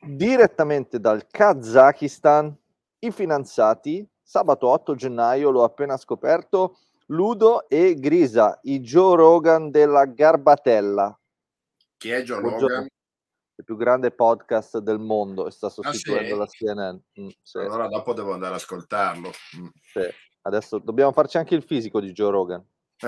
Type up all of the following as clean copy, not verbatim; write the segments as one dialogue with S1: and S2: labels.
S1: Direttamente dal Kazakistan, i finanziati, sabato 8 gennaio, l'ho appena scoperto, Ludo e Grisa, i Joe Rogan della Garbatella.
S2: Chi è Joe
S1: Lo Joe,
S2: Rogan?
S1: il più grande podcast del mondo, e sta
S2: Ah
S1: sostituendo
S2: sì?
S1: la CNN. Sì,
S2: Allora dopo devo andare ad ascoltarlo.
S1: sì. Adesso dobbiamo farci anche il fisico di Joe Rogan.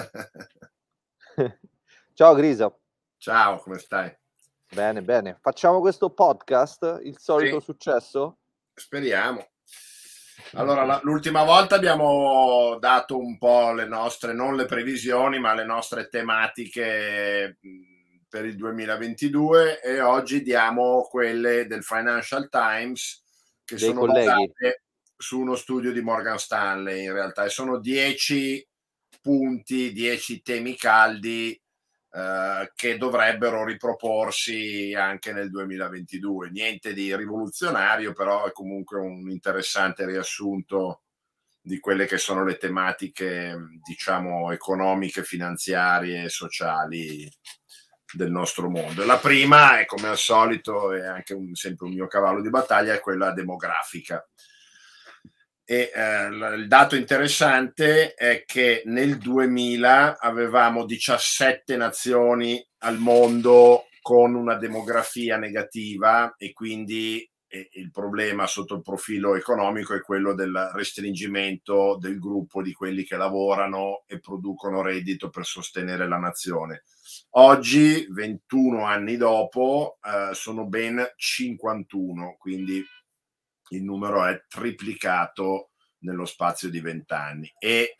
S1: Ciao Grisa.
S2: Ciao, come stai?
S1: Bene, bene. Facciamo questo podcast, il solito
S2: Sì,
S1: successo?
S2: speriamo. Allora, l'ultima volta abbiamo dato un po' le nostre, non le previsioni, ma le nostre tematiche per il 2022 e oggi diamo quelle del Financial Times che
S1: Dei
S2: sono
S1: colleghi.
S2: basate su uno studio di Morgan Stanley in realtà e sono 10 punti, 10 temi caldi che dovrebbero riproporsi anche nel 2022. Niente di rivoluzionario, però è comunque un interessante riassunto di quelle che sono le tematiche, diciamo, economiche, finanziarie e sociali del nostro mondo. La prima è, come al solito, è anche sempre un mio cavallo di battaglia, è quella demografica. E il dato interessante è che nel 2000 avevamo 17 nazioni al mondo con una demografia negativa e quindi il problema sotto il profilo economico è quello del restringimento del gruppo di quelli che lavorano e producono reddito per sostenere la nazione. Oggi, 21 anni dopo, sono ben 51, quindi il numero è triplicato nello spazio di 20 anni e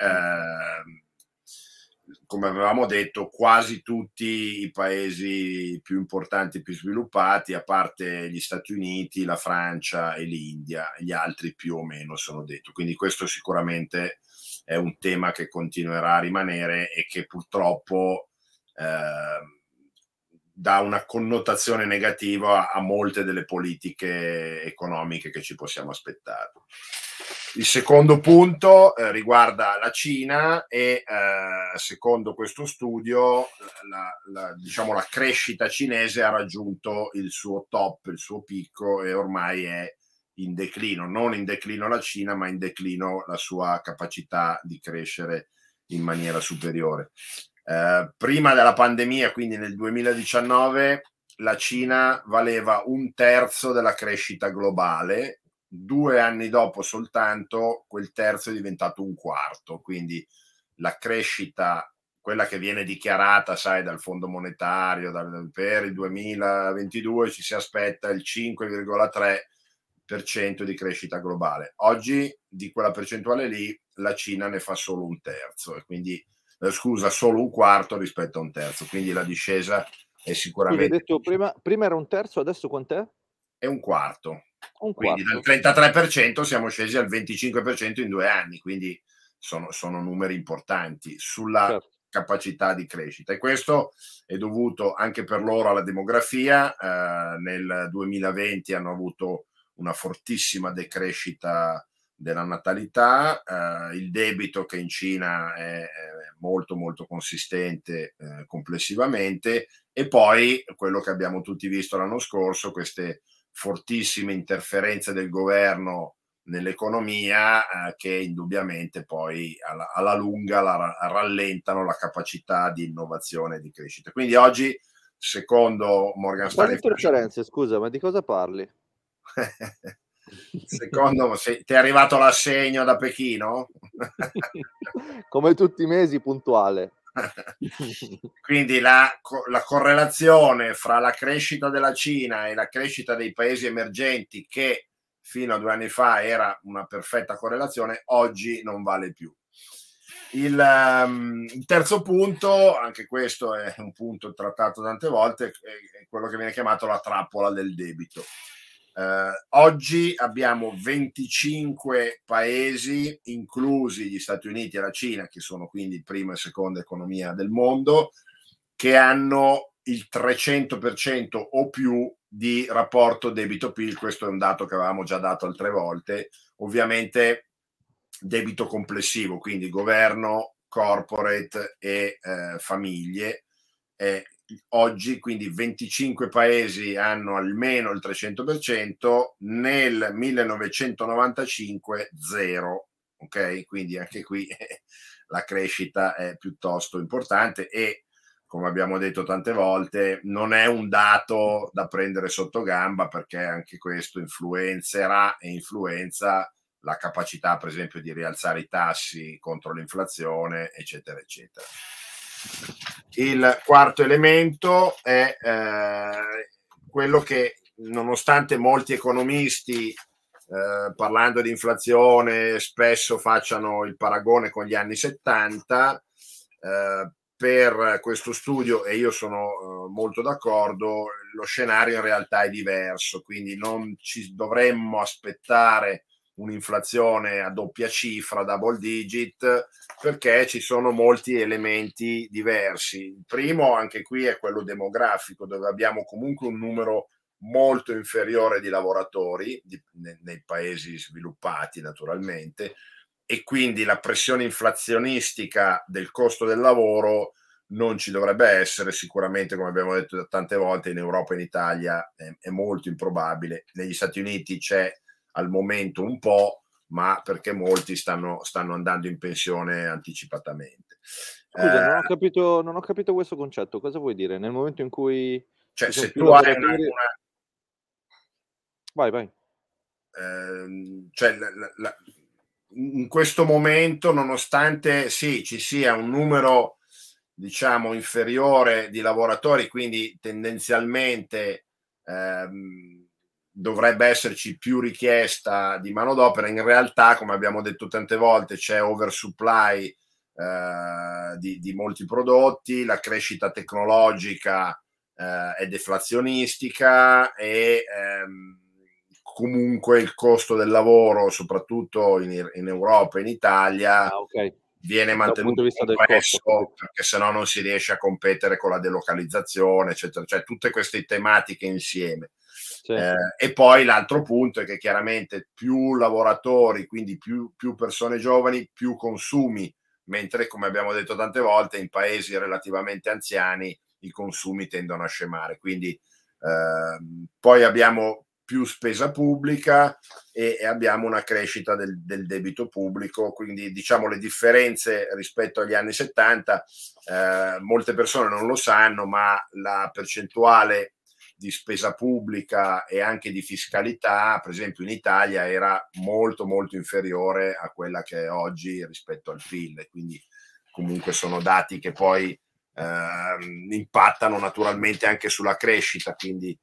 S2: come avevamo detto quasi tutti i paesi più importanti, più sviluppati, a parte gli Stati Uniti, la Francia e l'India, gli altri più o meno sono detto. Quindi questo sicuramente è un tema che continuerà a rimanere e che purtroppo dà una connotazione negativa a molte delle politiche economiche che ci possiamo aspettare. Il secondo punto riguarda la Cina e secondo questo studio diciamo, la crescita cinese ha raggiunto il suo top, il suo picco e ormai è in declino, non in declino la Cina ma in declino la sua capacità di crescere in maniera superiore. Prima della pandemia, quindi nel 2019, la Cina valeva un terzo della crescita globale. 2 anni dopo soltanto quel terzo è diventato un quarto, quindi la crescita, quella che viene dichiarata, sai, dal Fondo Monetario, per il 2022 ci si aspetta il 5,3% di crescita globale. Oggi di quella percentuale lì la Cina ne fa solo un terzo e quindi solo un quarto rispetto a un terzo, quindi la discesa è
S1: Scusa, hai
S2: sicuramente
S1: detto prima era un terzo, adesso quant'è?
S2: è un quarto.
S1: Un
S2: Quindi dal
S1: quarto.
S2: 33% siamo scesi al 25% in 2 anni, quindi sono numeri importanti sulla
S1: Certo.
S2: capacità di crescita e questo è dovuto anche per loro alla demografia. Nel 2020 hanno avuto una fortissima decrescita della natalità, il debito che in Cina è molto molto consistente complessivamente e poi quello che abbiamo tutti visto l'anno scorso, queste fortissime interferenze del governo nell'economia che indubbiamente poi alla lunga rallentano la capacità di innovazione e di crescita. Quindi oggi, secondo Morgan
S1: Quali
S2: Stanley,
S1: interferenze, scusa, ma di cosa parli?
S2: secondo se ti è arrivato l'assegno da Pechino?
S1: Come tutti i mesi, puntuale.
S2: Quindi la correlazione fra la crescita della Cina e la crescita dei paesi emergenti, che fino a 2 anni fa era una perfetta correlazione, oggi non vale più. Il terzo punto, anche questo è un punto trattato tante volte, è quello che viene chiamato la trappola del debito. Oggi abbiamo 25 paesi, inclusi gli Stati Uniti e la Cina, che sono quindi prima e seconda economia del mondo, che hanno il 300% o più di rapporto debito-PIL. Questo è un dato che avevamo già dato altre volte. Ovviamente debito complessivo, quindi governo, corporate e famiglie. oggi, quindi 25 paesi hanno almeno il 300%, nel 1995 zero, ok? Quindi anche qui la crescita è piuttosto importante e, come abbiamo detto tante volte, non è un dato da prendere sotto gamba, perché anche questo influenzerà e influenza la capacità, per esempio, di rialzare i tassi contro l'inflazione, eccetera, eccetera. Il quarto elemento è quello che, nonostante molti economisti, parlando di inflazione, spesso facciano il paragone con gli anni 70, per questo studio, e io sono molto d'accordo, lo scenario in realtà è diverso, quindi non ci dovremmo aspettare un'inflazione a doppia cifra, double digit, perché ci sono molti elementi diversi. Il primo, anche qui, è quello demografico, dove abbiamo comunque un numero molto inferiore di lavoratori nei paesi sviluppati, naturalmente, e quindi la pressione inflazionistica del costo del lavoro non ci dovrebbe essere. Sicuramente, come abbiamo detto tante volte, in Europa e in Italia è molto improbabile. Negli Stati Uniti c'è al momento un po', ma perché molti stanno andando in pensione anticipatamente.
S1: Scusa, non ho capito questo concetto. Cosa vuoi dire? Nel momento in cui
S2: Cioè,
S1: ci sono
S2: se
S1: più
S2: tu hai
S1: lavoratori... Vai.
S2: Cioè, in questo momento, nonostante sì, ci sia un numero, diciamo, inferiore di lavoratori, quindi tendenzialmente dovrebbe esserci più richiesta di manodopera, in realtà, come abbiamo detto tante volte, c'è oversupply di molti prodotti, la crescita tecnologica è deflazionistica e comunque il costo del lavoro, soprattutto in Europa e in Italia,
S1: Ok.
S2: viene
S1: Da un punto
S2: mantenuto
S1: di vista del
S2: compresso,
S1: costo.
S2: perché sennò non si riesce a competere con la delocalizzazione, eccetera. Cioè tutte queste tematiche insieme.
S1: Sì.
S2: E poi l'altro punto è che chiaramente più lavoratori, quindi più persone giovani, più consumi, mentre, come abbiamo detto tante volte, in paesi relativamente anziani i consumi tendono a scemare. Quindi poi abbiamo più spesa pubblica e abbiamo una crescita del debito pubblico, quindi, diciamo, le differenze rispetto agli anni 70, molte persone non lo sanno, ma la percentuale di spesa pubblica e anche di fiscalità, per esempio in Italia, era molto molto inferiore a quella che è oggi rispetto al PIL, quindi comunque sono dati che poi impattano naturalmente anche sulla crescita, quindi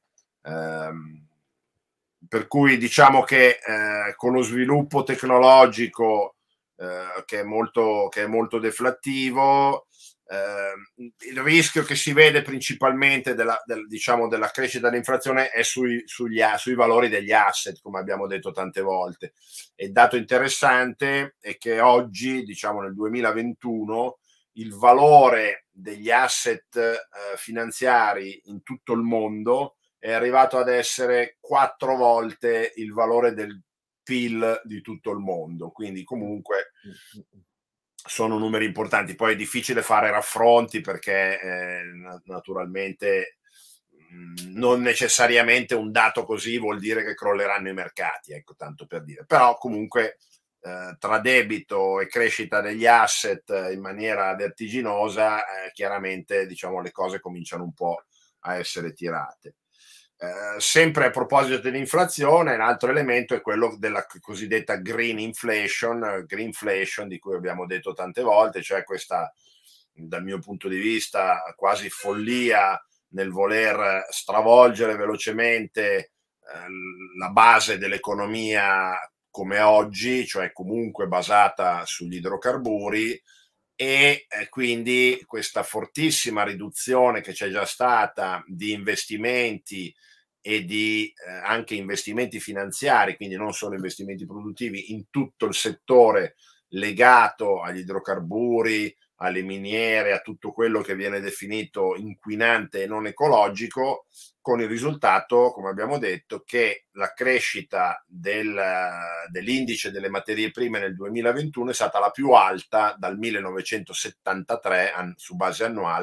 S2: per cui diciamo che con lo sviluppo tecnologico che è molto deflattivo, il rischio che si vede principalmente diciamo, della crescita dell'inflazione è sui valori degli asset, come abbiamo detto tante volte. E il dato interessante è che oggi, diciamo nel 2021, il valore degli asset finanziari in tutto il mondo è arrivato ad essere 4 volte il valore del PIL di tutto il mondo, quindi comunque sono numeri importanti. Poi è difficile fare raffronti perché naturalmente non necessariamente un dato così vuol dire che crolleranno i mercati, ecco, tanto per dire. Però comunque tra debito e crescita degli asset in maniera vertiginosa, chiaramente, diciamo, le cose cominciano un po' a essere tirate. Sempre a proposito dell'inflazione, l'altro elemento è quello della cosiddetta greenflation, di cui abbiamo detto tante volte, cioè questa, dal mio punto di vista, quasi follia nel voler stravolgere velocemente la base dell'economia come oggi, cioè comunque basata sugli idrocarburi, e quindi questa fortissima riduzione che c'è già stata di investimenti e di anche investimenti finanziari, quindi non solo investimenti produttivi, in tutto il settore legato agli idrocarburi, alle miniere, a tutto quello che viene definito inquinante e non ecologico, con il risultato, come abbiamo detto, che la crescita dell'indice delle materie prime nel 2021 è stata la più alta dal 1973 su base annuale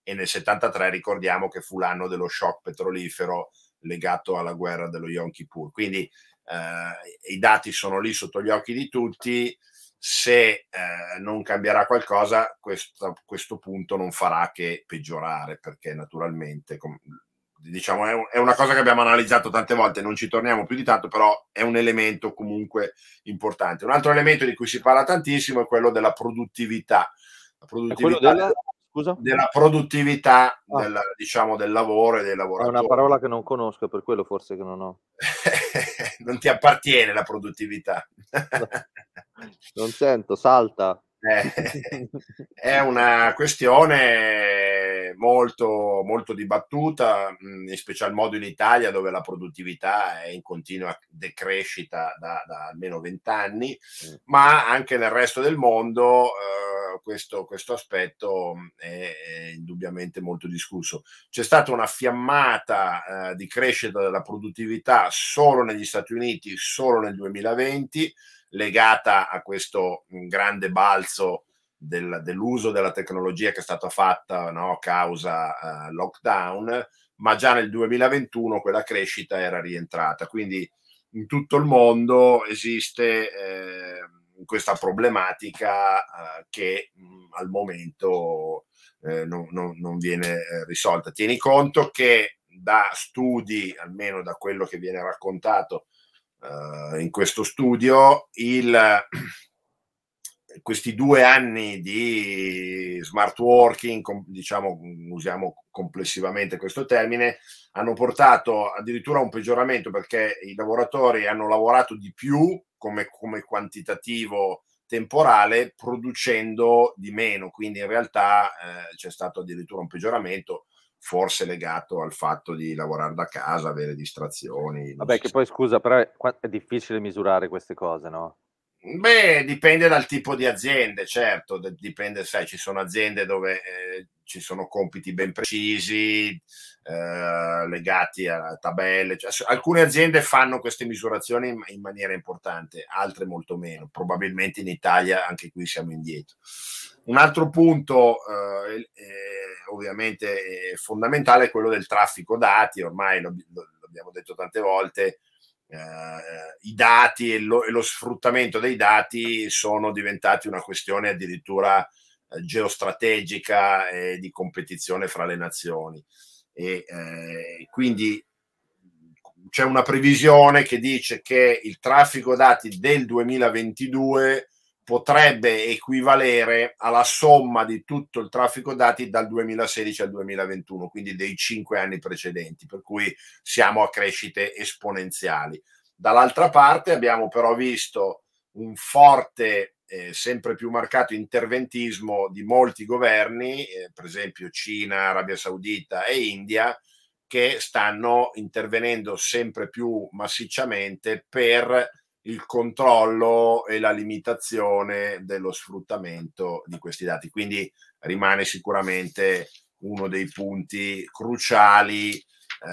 S2: e nel 73 ricordiamo che fu l'anno dello shock petrolifero legato alla guerra dello Yom Kippur. Quindi i dati sono lì sotto gli occhi di tutti. Se non cambierà qualcosa, questo punto non farà che peggiorare, perché naturalmente diciamo è una cosa che abbiamo analizzato tante volte, non ci torniamo più di tanto, però è un elemento comunque importante. Un altro elemento di cui si parla tantissimo è quello della produttività. La produttività
S1: Scusa?
S2: della produttività diciamo, del lavoro e dei lavoratori.
S1: È una parola che non conosco, per quello forse che non ho.
S2: Non ti appartiene la produttività.
S1: Non sento, salta.
S2: È una questione molto, molto dibattuta, in special modo in Italia, dove la produttività è in continua decrescita da almeno 20 anni, ma anche nel resto del mondo questo aspetto è indubbiamente molto discusso. C'è stata una fiammata di crescita della produttività solo negli Stati Uniti, solo nel 2020, legata a questo grande balzo dell'uso della tecnologia che è stata fatta, no, causa lockdown, ma già nel 2021 quella crescita era rientrata. Quindi in tutto il mondo esiste questa problematica che al momento non viene risolta. Tieni conto che da studi, almeno da quello che viene raccontato in questo studio, questi 2 anni di smart working, diciamo, usiamo complessivamente questo termine, hanno portato addirittura a un peggioramento, perché i lavoratori hanno lavorato di più come quantitativo temporale, producendo di meno. Quindi in realtà c'è stato addirittura un peggioramento, forse legato al fatto di lavorare da casa, avere distrazioni.
S1: Vabbè, che poi scusa, però è difficile misurare queste cose, no?
S2: Beh, dipende dal tipo di aziende, certo, dipende, sai, ci sono aziende dove ci sono compiti ben precisi, legati a tabelle, cioè, alcune aziende fanno queste misurazioni in maniera importante, altre molto meno. Probabilmente in Italia anche qui siamo indietro. Un altro punto ovviamente fondamentale è quello del traffico dati. Ormai l'abbiamo detto tante volte, i dati e lo sfruttamento dei dati sono diventati una questione addirittura geostrategica e di competizione fra le nazioni, e quindi c'è una previsione che dice che il traffico dati del 2022 potrebbe equivalere alla somma di tutto il traffico dati dal 2016 al 2021, quindi dei 5 anni precedenti, per cui siamo a crescite esponenziali. Dall'altra parte abbiamo però visto un forte, sempre più marcato interventismo di molti governi, per esempio Cina, Arabia Saudita e India, che stanno intervenendo sempre più massicciamente per il controllo e la limitazione dello sfruttamento di questi dati. Quindi rimane sicuramente uno dei punti cruciali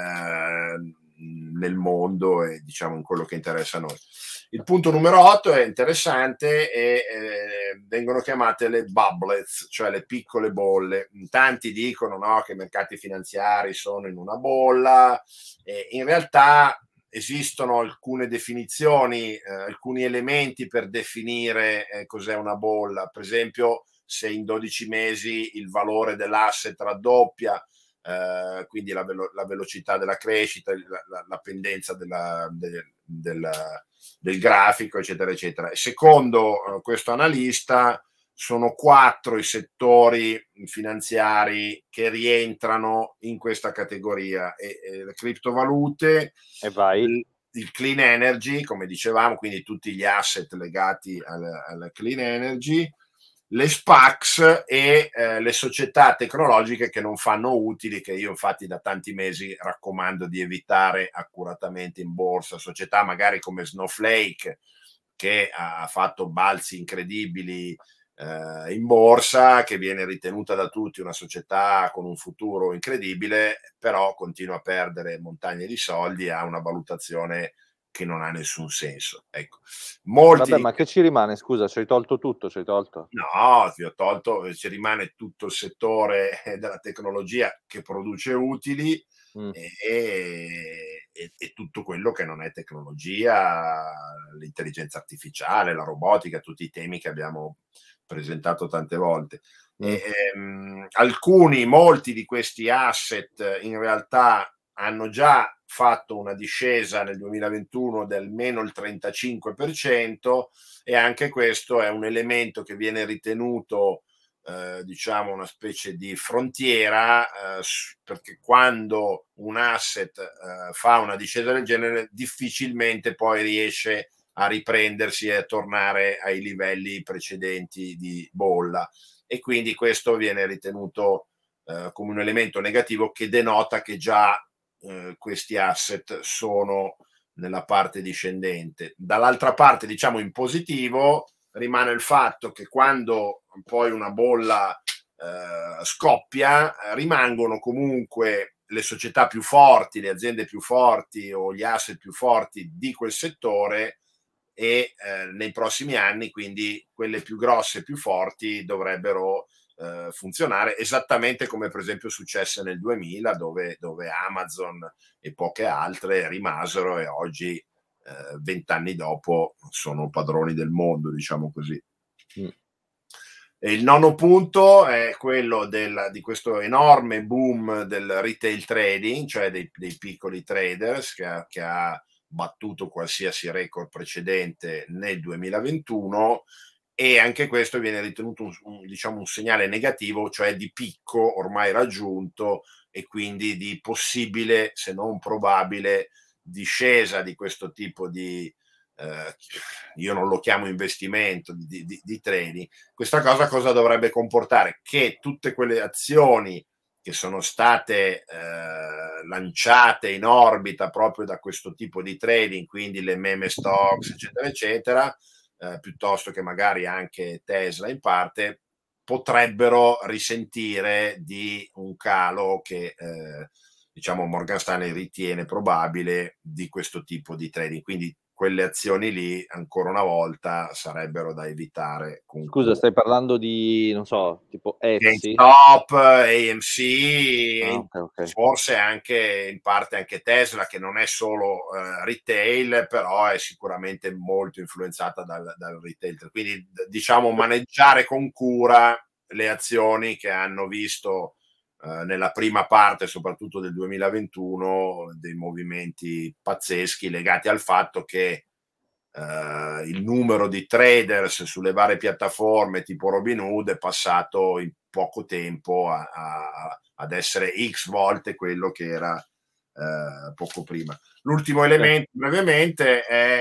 S2: nel mondo e diciamo in quello che interessa a noi. Il punto numero 8 è interessante e vengono chiamate le bubblets, cioè le piccole bolle. Tanti dicono, no, che i mercati finanziari sono in una bolla, in realtà esistono alcune definizioni, alcuni elementi per definire cos'è una bolla. Per esempio, se in 12 mesi il valore dell'asset raddoppia, quindi la velocità della crescita, la pendenza del grafico, eccetera, eccetera. Secondo questo analista, sono 4 i settori finanziari che rientrano in questa categoria: le criptovalute, il clean energy, come dicevamo, quindi tutti gli asset legati alla clean energy, le SPACs e le società tecnologiche che non fanno utili, che io infatti da tanti mesi raccomando di evitare accuratamente in borsa. Società magari come Snowflake, che ha fatto balzi incredibili in borsa, che viene ritenuta da tutti una società con un futuro incredibile, però continua a perdere montagne di soldi, ha una valutazione che non ha nessun senso. Ecco. Molti
S1: Vabbè, ma che ci rimane? Scusa, ci hai tolto tutto, ci hai tolto?
S2: No, ti ho tolto, ci rimane tutto il settore della tecnologia che produce utili e tutto quello che non è tecnologia, l'intelligenza artificiale, la robotica, tutti i temi che abbiamo presentato tante volte. Molti di questi asset in realtà hanno già fatto una discesa nel 2021 del meno il 35%, e anche questo è un elemento che viene ritenuto diciamo una specie di frontiera, perché quando un asset fa una discesa del genere difficilmente poi riesce a riprendersi e a tornare ai livelli precedenti di bolla, e quindi questo viene ritenuto come un elemento negativo che denota che già questi asset sono nella parte discendente. Dall'altra parte, diciamo in positivo, rimane il fatto che quando poi una bolla scoppia, rimangono comunque le società più forti, le aziende più forti o gli asset più forti di quel settore, e nei prossimi anni quindi quelle più grosse e più forti dovrebbero funzionare esattamente come per esempio successe nel 2000, dove Amazon e poche altre rimasero, e oggi 20 anni dopo sono padroni del mondo, diciamo così. E il nono punto è quello di questo enorme boom del retail trading, cioè dei piccoli traders, che ha battuto qualsiasi record precedente nel 2021, e anche questo viene ritenuto diciamo un segnale negativo, cioè di picco ormai raggiunto, e quindi di possibile, se non probabile, discesa di questo tipo di io non lo chiamo investimento, di trading. Questa cosa dovrebbe comportare? Che tutte quelle azioni che sono state lanciate in orbita proprio da questo tipo di trading, quindi le meme stocks, eccetera, eccetera, piuttosto che magari anche Tesla in parte, potrebbero risentire di un calo che diciamo Morgan Stanley ritiene probabile di questo tipo di trading. Quindi quelle azioni lì, ancora una volta, sarebbero da evitare.
S1: Scusa, stai parlando di, non so, tipo Etsy?
S2: GameStop, AMC,
S1: Okay.
S2: forse anche in parte anche Tesla, che non è solo retail, però è sicuramente molto influenzata dal retail. Quindi diciamo maneggiare con cura le azioni che hanno visto nella prima parte, soprattutto del 2021, dei movimenti pazzeschi legati al fatto che il numero di traders sulle varie piattaforme tipo Robinhood è passato in poco tempo ad essere X volte quello che era poco prima. L'ultimo elemento, brevemente, è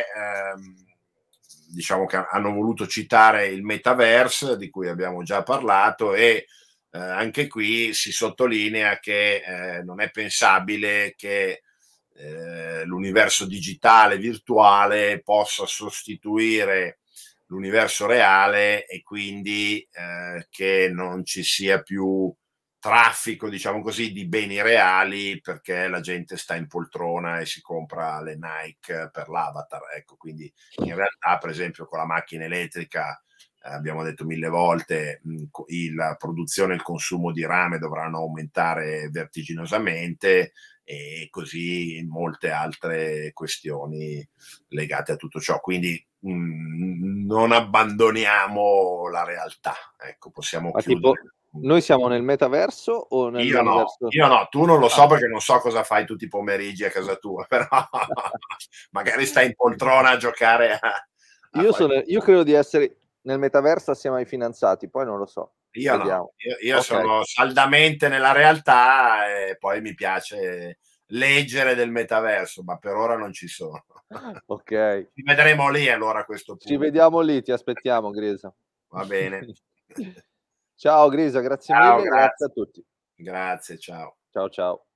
S2: diciamo che hanno voluto citare il metaverse, di cui abbiamo già parlato, e anche qui si sottolinea che non è pensabile che l'universo digitale virtuale possa sostituire l'universo reale, e quindi che non ci sia più traffico, diciamo così, di beni reali, perché la gente sta in poltrona e si compra le Nike per l'avatar. Ecco, quindi in realtà, per esempio, con la macchina elettrica abbiamo detto 1000 volte, la produzione e il consumo di rame dovranno aumentare vertiginosamente, e così molte altre questioni legate a tutto ciò. Quindi non abbandoniamo la realtà. Ecco, possiamo
S1: Ma
S2: chiudere.
S1: tipo, noi siamo nel metaverso o
S2: Io
S1: nell'universo?
S2: no, tu non lo so, perché non so cosa fai tutti i pomeriggi a casa tua, però magari stai in poltrona a giocare a
S1: Io credo di essere nel metaverso assieme ai fidanzati, poi non lo so.
S2: Io no,
S1: Vediamo.
S2: io
S1: Okay.
S2: sono saldamente nella realtà, e poi mi piace leggere del metaverso, ma per ora non ci sono.
S1: Okay.
S2: Ci vedremo lì allora a questo
S1: Ci
S2: punto.
S1: vediamo lì, ti aspettiamo Grisa.
S2: Va bene.
S1: Ciao Grisa, grazie
S2: Ciao,
S1: mille, grazie
S2: grazie.
S1: a tutti.
S2: Grazie, ciao.
S1: Ciao.